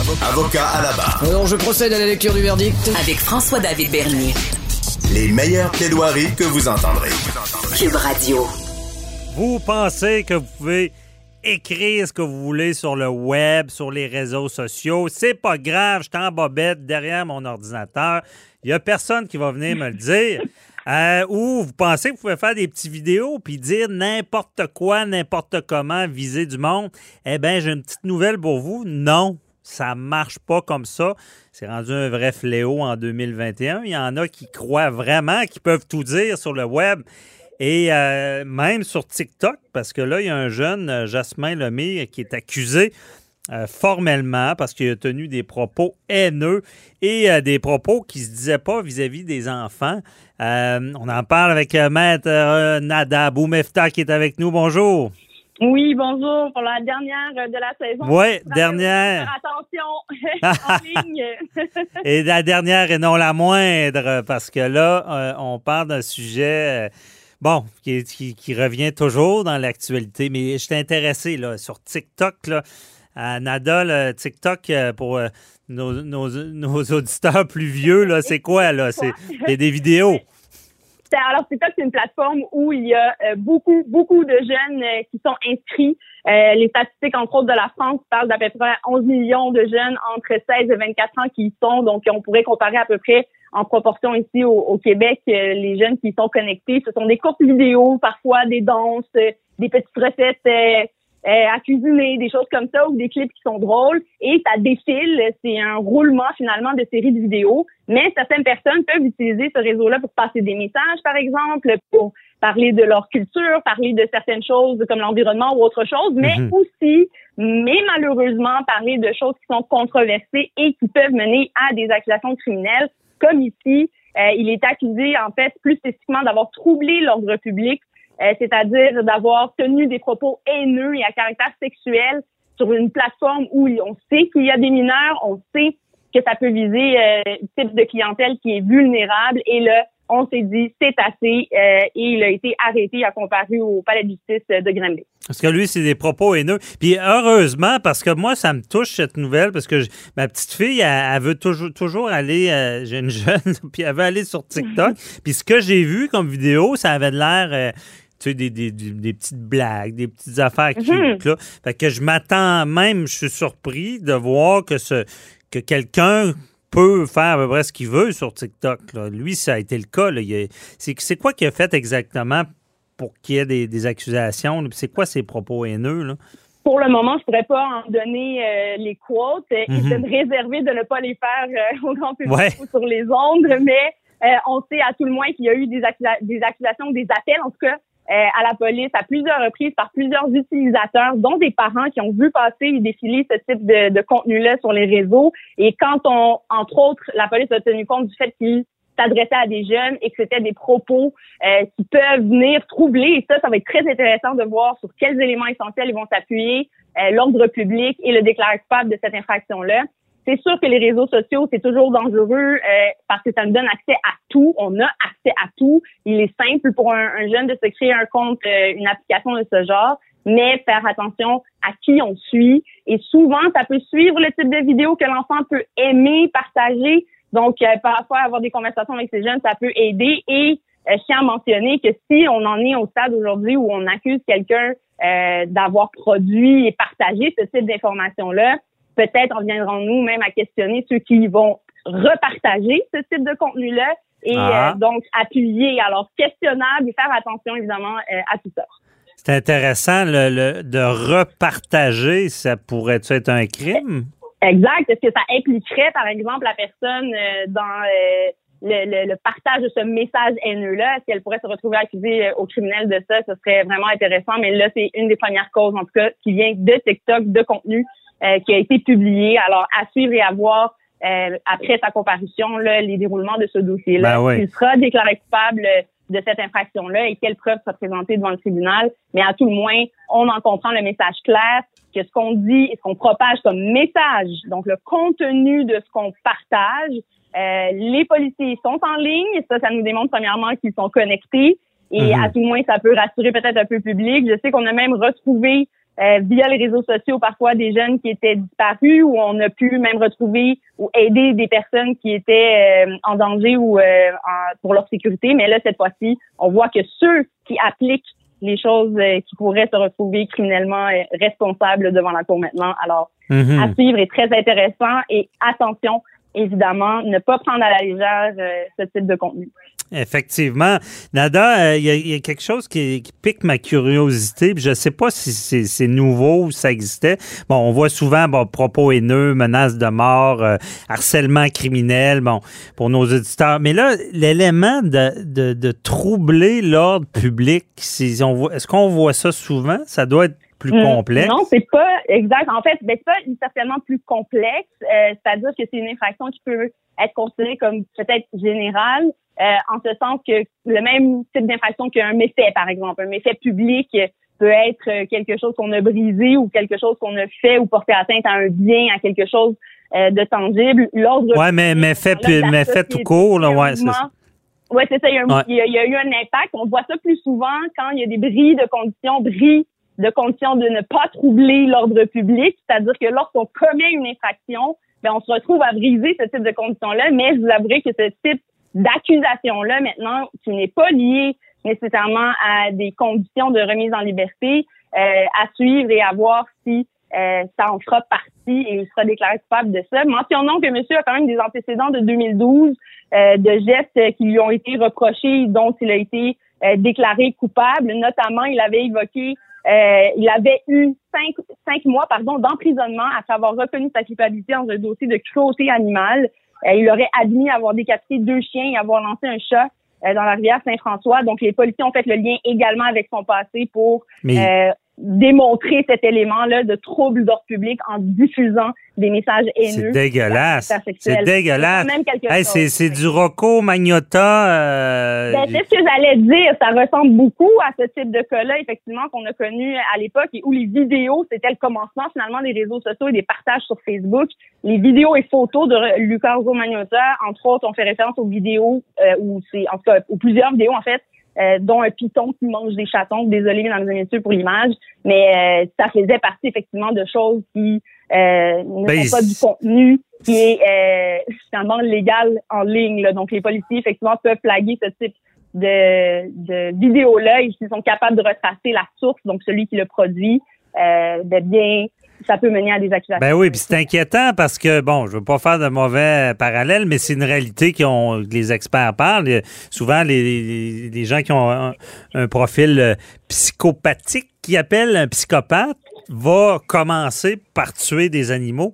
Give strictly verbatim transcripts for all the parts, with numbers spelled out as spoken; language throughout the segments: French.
Avocat à la barre. Alors, je procède à la lecture du verdict. Avec François-David Bernier. Les meilleures plaidoiries que vous entendrez. Cube Radio. Vous pensez que vous pouvez écrire ce que vous voulez sur le web, sur les réseaux sociaux. C'est pas grave, je suis en bobette derrière mon ordinateur. Il y a personne qui va venir me le dire. Euh, ou vous pensez que vous pouvez faire des petites vidéos puis dire n'importe quoi, n'importe comment, viser du monde. Eh bien, j'ai une petite nouvelle pour vous. Non, ça marche pas comme ça. C'est rendu un vrai fléau en deux mille vingt et un. Il y en a qui croient vraiment qu'ils peuvent tout dire sur le web. Et euh, même sur TikTok, parce que là, il y a un jeune, euh, Jasmin Lemire, qui est accusé euh, formellement parce qu'il a tenu des propos haineux et euh, des propos qui ne se disaient pas vis-à-vis des enfants. Euh, on en parle avec euh, Maître euh, Nada Boumefta qui est avec nous. Bonjour. Oui, bonjour. Pour la dernière de la saison. Oui, dernière. Faire attention en ligne. Et la dernière et non la moindre, parce que là, euh, on parle d'un sujet... Euh, Bon, qui, qui, qui revient toujours dans l'actualité, mais je suis intéressé là, sur TikTok. Là, à Nada, là, TikTok, pour euh, nos, nos, nos auditeurs plus vieux, là, c'est quoi? Là? C'est, c'est des vidéos. Alors, TikTok, c'est une plateforme où il y a euh, beaucoup, beaucoup de jeunes euh, qui sont inscrits. Euh, les statistiques, entre autres, de la France parlent d'à peu près onze millions de jeunes entre seize et vingt-quatre ans qui y sont. Donc, on pourrait comparer à peu près en proportion ici au, au Québec, euh, les jeunes qui y sont connectés. Ce sont des courtes vidéos, parfois des danses, euh, des petites recettes euh, euh, à cuisiner, des choses comme ça, ou des clips qui sont drôles. Et ça défile, c'est un roulement finalement de séries de vidéos. Mais certaines personnes peuvent utiliser ce réseau-là pour passer des messages, par exemple, pour parler de leur culture, parler de certaines choses comme l'environnement ou autre chose, mais mm-hmm. aussi, mais malheureusement, parler de choses qui sont controversées et qui peuvent mener à des accusations criminelles. Comme ici, euh, il est accusé, en fait, plus spécifiquement d'avoir troublé l'ordre public, euh, c'est-à-dire d'avoir tenu des propos haineux et à caractère sexuel sur une plateforme où on sait qu'il y a des mineurs, on sait que ça peut viser euh, un type de clientèle qui est vulnérable. Et là, on s'est dit, c'est assez, euh, et il a été arrêté, il a comparu au palais de justice de Granby. Parce que lui, c'est des propos haineux. Puis heureusement, parce que moi, ça me touche cette nouvelle, parce que je, ma petite fille, elle, elle veut toujours, toujours aller, euh, j'ai une jeune, puis elle veut aller sur TikTok. Puis ce que j'ai vu comme vidéo, ça avait de l'air... Euh, tu sais, des, des, des, des petites blagues, des petites affaires cute, mm-hmm. là. Fait que je m'attends même, je suis surpris de voir que ce que quelqu'un peut faire à peu près ce qu'il veut sur TikTok. Là. Lui, ça a été le cas. Là. Il a, c'est, c'est quoi qu'il a fait exactement pour qu'il y ait des, des accusations? Là? C'est quoi ses propos haineux? Là? Pour le moment, je ne pourrais pas en donner euh, les quotes mm-hmm. et de me réserver de ne pas les faire euh, au grand public ouais. ou sur les ondes, mais euh, on sait à tout le moins qu'il y a eu des, accusa- des accusations, des appels, en tout cas, Euh, à la police à plusieurs reprises par plusieurs utilisateurs, dont des parents qui ont vu passer et défiler ce type de, de contenu-là sur les réseaux. Et quand on, entre autres, la police a tenu compte du fait qu'il s'adressait à des jeunes et que c'était des propos euh, qui peuvent venir troubler. Et ça, ça va être très intéressant de voir sur quels éléments essentiels ils vont s'appuyer, euh, l'ordre public et le déclarer coupable de cette infraction-là. C'est sûr que les réseaux sociaux, c'est toujours dangereux euh, parce que ça nous donne accès à tout. On a accès à tout. Il est simple pour un, un jeune de se créer un compte, euh, une application de ce genre, mais faire attention à qui on suit. Et souvent, ça peut suivre le type de vidéo que l'enfant peut aimer, partager. Donc, euh, parfois, avoir des conversations avec ces jeunes, ça peut aider. Et euh, je tiens à mentionner que si on en est au stade aujourd'hui où on accuse quelqu'un euh, d'avoir produit et partagé ce type d'informations-là, peut-être en viendrons-nous même à questionner ceux qui vont repartager ce type de contenu-là et ah. euh, donc appuyer. Alors, questionnable et faire attention, évidemment, euh, à tout ça. C'est intéressant le, le, de repartager. Ça pourrait-tu être un crime? Exact. Est-ce que ça impliquerait, par exemple, la personne euh, dans euh, le, le, le partage de ce message haineux-là? Est-ce qu'elle pourrait se retrouver accusée euh, au criminel de ça? Ce serait vraiment intéressant. Mais là, c'est une des premières causes, en tout cas, qui vient de TikTok, de contenu Euh, qui a été publié. Alors, à suivre et à voir euh, après sa comparution, là, les déroulements de ce dossier-là. Ben oui. Il sera déclaré coupable de cette infraction-là et quelles preuves sera présentées devant le tribunal. Mais à tout le moins, on en comprend le message clair, que ce qu'on dit et ce qu'on propage comme message, donc le contenu de ce qu'on partage, euh, les policiers sont en ligne. Ça, ça nous démontre premièrement qu'ils sont connectés. Et mm-hmm. à tout le moins, ça peut rassurer peut-être un peu le public. Je sais qu'on a même retrouvé euh, via les réseaux sociaux parfois des jeunes qui étaient disparus, où on a pu même retrouver ou aider des personnes qui étaient euh, en danger ou euh, en, pour leur sécurité. Mais là, cette fois-ci, on voit que ceux qui appliquent les choses euh, qui pourraient se retrouver criminellement euh, responsables devant la cour maintenant. Alors, mm-hmm. à suivre est très intéressant et attention, évidemment, ne pas prendre à la légère euh, ce type de contenu. Effectivement. Nada, il euh, y, y a quelque chose qui, qui pique ma curiosité. Je ne sais pas si c'est, c'est nouveau ou ça existait. Bon, on voit souvent bon, propos haineux, menaces de mort, euh, harcèlement criminel, bon, pour nos auditeurs. Mais là, l'élément de, de, de troubler l'ordre public, c'est, on voit, est-ce qu'on voit ça souvent? Ça doit être plus complexe. Non, c'est pas exact. En fait, ben, c'est pas certainement plus complexe. Euh, c'est-à-dire que c'est une infraction qui peut être considérée comme peut-être générale, euh, en ce sens que le même type d'infraction qu'un méfait, par exemple. Un méfait public peut être quelque chose qu'on a brisé ou quelque chose qu'on a fait ou porté atteinte à un bien, à quelque chose euh, de tangible. L'ordre ouais, mais méfait, méfait tout court, là, ouais, c'est ça. Ouais, c'est ça. Il y, a un, ouais. il, y a, il y a eu un impact. On voit ça plus souvent quand il y a des bris de conditions, bris de conditions de ne pas troubler l'ordre public, c'est-à-dire que lorsqu'on commet une infraction, ben on se retrouve à briser ce type de conditions-là, mais je vous avouerai que ce type d'accusation-là, maintenant, qui n'est pas lié nécessairement à des conditions de remise en liberté, euh, à suivre et à voir si euh, ça en fera partie et il sera déclaré coupable de ça. Mentionnons que monsieur a quand même des antécédents de deux mille douze, euh, de gestes qui lui ont été reprochés, dont il a été euh, déclaré coupable. Notamment, il avait évoqué Euh, il avait eu cinq, cinq mois pardon, d'emprisonnement après avoir reconnu sa culpabilité dans un dossier de cruauté animale. Euh, il aurait admis avoir décapité deux chiens et avoir lancé un chat euh, dans la rivière Saint-François. Donc, les policiers ont fait le lien également avec son passé pour Mais... euh, démontrer cet élément-là de trouble d'ordre public en diffusant des messages haineux. C'est dégueulasse. C'est dégueulasse. C'est, hey, c'est, c'est du Rocco Magnotta. Euh... Ben, c'est ce que j'allais dire. Ça ressemble beaucoup à ce type de cas-là, effectivement, qu'on a connu à l'époque et où les vidéos, c'était le commencement, finalement, des réseaux sociaux et des partages sur Facebook. Les vidéos et photos de Luca Rocco Magnotta, entre autres, ont fait référence aux vidéos, euh, où c'est, en tout cas, aux plusieurs vidéos, en fait, Euh, dont un python qui mange des chatons. Désolé, mesdames et messieurs, pour l'image, mais euh, ça faisait partie effectivement de choses qui euh, ne ben, sont pas du contenu qui est euh, finalement légal en ligne. Là. Donc, les policiers, effectivement, peuvent flaguer ce type de, de vidéo-là et s'ils sont capables de retracer la source, donc celui qui le produit, euh, de bien... ça peut mener à des accusations. Ben oui, puis c'est inquiétant parce que, bon, je veux pas faire de mauvais parallèles, mais c'est une réalité qu'on, que les experts parlent. Souvent, les, les, les gens qui ont un, un profil psychopathique, qui appellent un psychopathe, va commencer par tuer des animaux.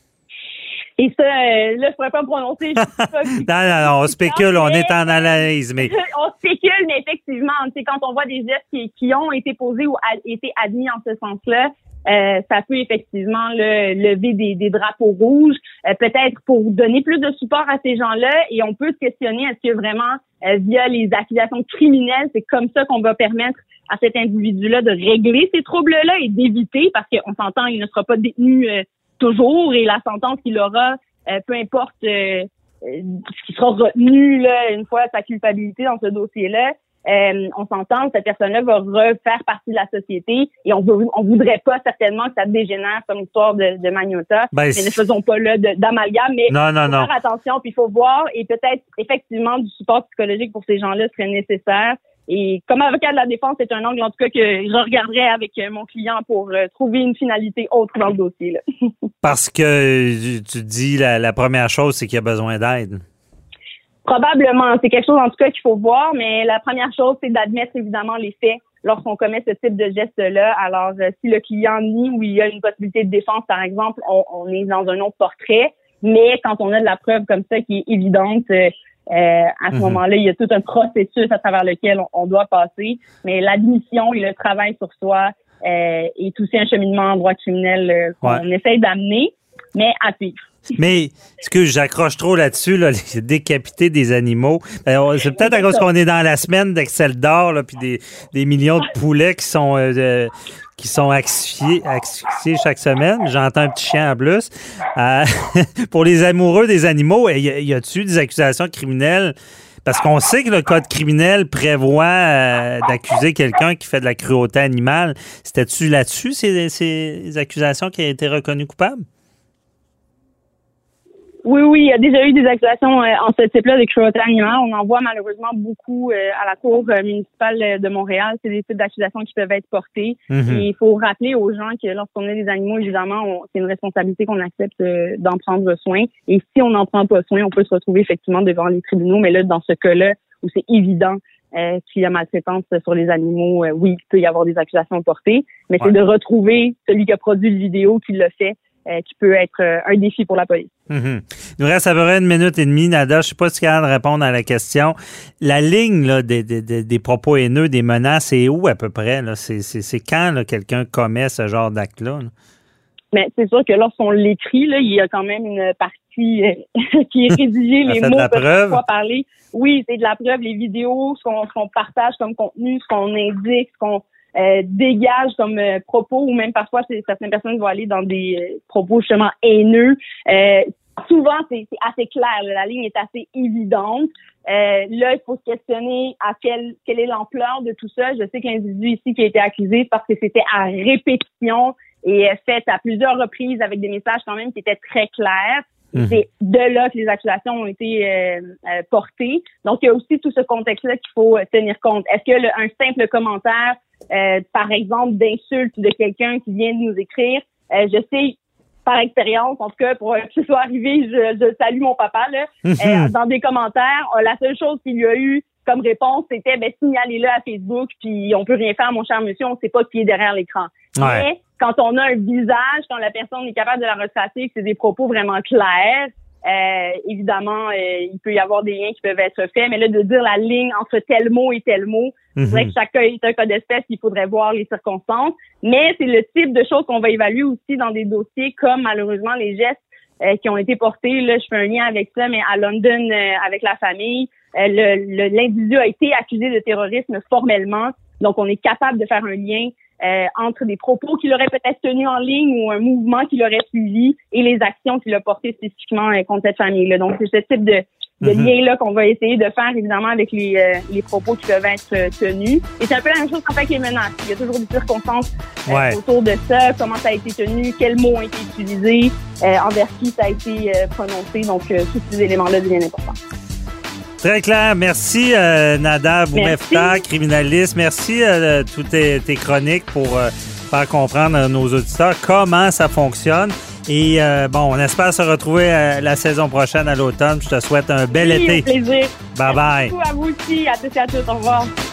Et ça, euh, là, je pourrais pas me prononcer. Je sais pas non, non, non, on spécule, mais... on est en analyse, mais... on spécule, mais effectivement, c'est quand on voit des gestes qui, qui ont été posés ou a, été admis en ce sens-là, Euh, ça peut effectivement le, lever des, des drapeaux rouges, euh, peut-être pour donner plus de support à ces gens-là. Et on peut se questionner, est-ce que vraiment, euh, via les accusations criminelles, c'est comme ça qu'on va permettre à cet individu-là de régler ces troubles-là et d'éviter, parce qu'on s'entend, il ne sera pas détenu euh, toujours, et la sentence qu'il aura, euh, peu importe euh, euh, ce qui sera retenu là, une fois sa culpabilité dans ce dossier-là, Euh, on s'entend, cette personne-là va refaire partie de la société et on veut, on voudrait pas certainement que ça dégénère comme l'histoire de, de Magnotta. Ben, mais ne faisons pas là de, d'amalgame, mais non, non, faut non. faire attention, puis il faut voir et peut-être effectivement du support psychologique pour ces gens-là serait nécessaire. Et comme avocat de la défense, c'est un angle en tout cas que je regarderais avec mon client pour euh, trouver une finalité autre dans le dossier. Là. Parce que tu dis la, la première chose, c'est qu'il y a besoin d'aide. Probablement. C'est quelque chose, en tout cas, qu'il faut voir, mais la première chose, c'est d'admettre, évidemment, les faits lorsqu'on commet ce type de geste-là. Alors, euh, si le client nie ou il y a une possibilité de défense, par exemple, on, on est dans un autre portrait. Mais quand on a de la preuve comme ça qui est évidente, euh, euh, à ce mm-hmm. moment-là, il y a tout un processus à travers lequel on, on doit passer. Mais l'admission et le travail sur soi euh, est aussi un cheminement en droit criminel euh, qu'on ouais. essaye d'amener, mais à suivre. Mais, ce que j'accroche trop là-dessus, là, les décapiter des animaux, ben, c'est peut-être à cause qu'on est dans la semaine d'Excel d'or, là, puis des, des millions de poulets qui sont euh, qui sont asphyxiés, asphyxiés chaque semaine. J'entends un petit chien en plus. Euh, pour les amoureux des animaux, y, y a-t-il des accusations criminelles? Parce qu'on sait que le code criminel prévoit euh, d'accuser quelqu'un qui fait de la cruauté animale. C'était-tu là-dessus, ces, ces accusations qui ont été reconnues coupables? Oui, oui, il y a déjà eu des accusations euh, en ce type-là de cruauté animale. On en voit malheureusement beaucoup euh, à la Cour euh, municipale de Montréal. C'est des types d'accusations qui peuvent être portées. Mm-hmm. Et il faut rappeler aux gens que lorsqu'on a des animaux, évidemment, on, c'est une responsabilité qu'on accepte euh, d'en prendre soin. Et si on n'en prend pas soin, on peut se retrouver effectivement devant les tribunaux. Mais là, dans ce cas-là, où c'est évident euh, qu'il y a maltraitance sur les animaux, euh, oui, il peut y avoir des accusations portées. Mais ouais. c'est de retrouver celui qui a produit le vidéo, qui l'a fait, Euh, qui peut être euh, un défi pour la police. Mm-hmm. Il nous reste à peu près une minute et demie, Nada. Je ne sais pas si tu es capable de répondre à la question. La ligne là, des, des, des propos haineux, des menaces, c'est où à peu près? Là? C'est, c'est, c'est quand là, quelqu'un commet ce genre d'acte-là? Là? Mais c'est sûr que lorsqu'on l'écrit, là, il y a quand même une partie euh, qui est rédigée, les mots peuvent pas parler. Oui, c'est de la preuve, les vidéos, ce qu'on, ce qu'on partage comme contenu, ce qu'on indique, ce qu'on Euh, dégage comme euh, propos, ou même parfois c'est, certaines personnes vont aller dans des euh, propos justement haineux. Euh, souvent c'est, c'est assez clair, là, la ligne est assez évidente. Euh, là, il faut se questionner à quelle quelle est l'ampleur de tout ça. Je sais que l'individu ici qui a été accusé parce que c'était à répétition et euh, fait à plusieurs reprises avec des messages quand même qui étaient très clairs. Mmh. C'est de là que les accusations ont été euh, euh, portées. Donc, il y a aussi tout ce contexte-là qu'il faut tenir compte. Est-ce que le, un simple commentaire, euh, par exemple, d'insulte de quelqu'un qui vient de nous écrire, euh, je sais, par expérience, en tout cas, pour que ce soit arrivé, je, je salue mon papa, là, mmh. euh, dans des commentaires, euh, la seule chose qu'il y a eu comme réponse, c'était, ben, signalez-le à Facebook, puis on peut rien faire, mon cher monsieur, on ne sait pas qui est derrière l'écran. Ouais. Mais, quand on a un visage, quand la personne est capable de la retracer, que c'est des propos vraiment clairs, euh, évidemment, euh, il peut y avoir des liens qui peuvent être faits, mais là, de dire la ligne entre tel mot et tel mot, mm-hmm. c'est vrai que chaque cas est un cas d'espèce, il faudrait voir les circonstances, mais c'est le type de choses qu'on va évaluer aussi dans des dossiers comme, malheureusement, les gestes euh, qui ont été portés. Là, je fais un lien avec ça, mais à London, euh, avec la famille, euh, le, le, l'individu a été accusé de terrorisme formellement, donc on est capable de faire un lien Euh, entre des propos qu'il aurait peut-être tenus en ligne ou un mouvement qu'il aurait suivi et les actions qu'il a portées spécifiquement euh, contre cette famille-là. Donc, c'est ce type de, de mm-hmm. lien-là qu'on va essayer de faire, évidemment, avec les, euh, les propos qui peuvent être euh, tenus. Et c'est un peu la même chose qu'en fait avec les menaces. Il y a toujours des circonstances euh, ouais. autour de ça, comment ça a été tenu, quels mots ont été utilisés, euh, envers qui ça a été euh, prononcé. Donc, euh, tous ces éléments-là deviennent importants. Très clair. Merci, euh, Nada Boumefta, criminaliste. Merci euh, de toutes tes, tes chroniques pour euh, faire comprendre à nos auditeurs comment ça fonctionne. Et euh, bon, on espère se retrouver euh, la saison prochaine à l'automne. Je te souhaite un bel oui, été. Un plaisir. Bye bye. Merci beaucoup à vous aussi, à tous et à toutes. Au revoir.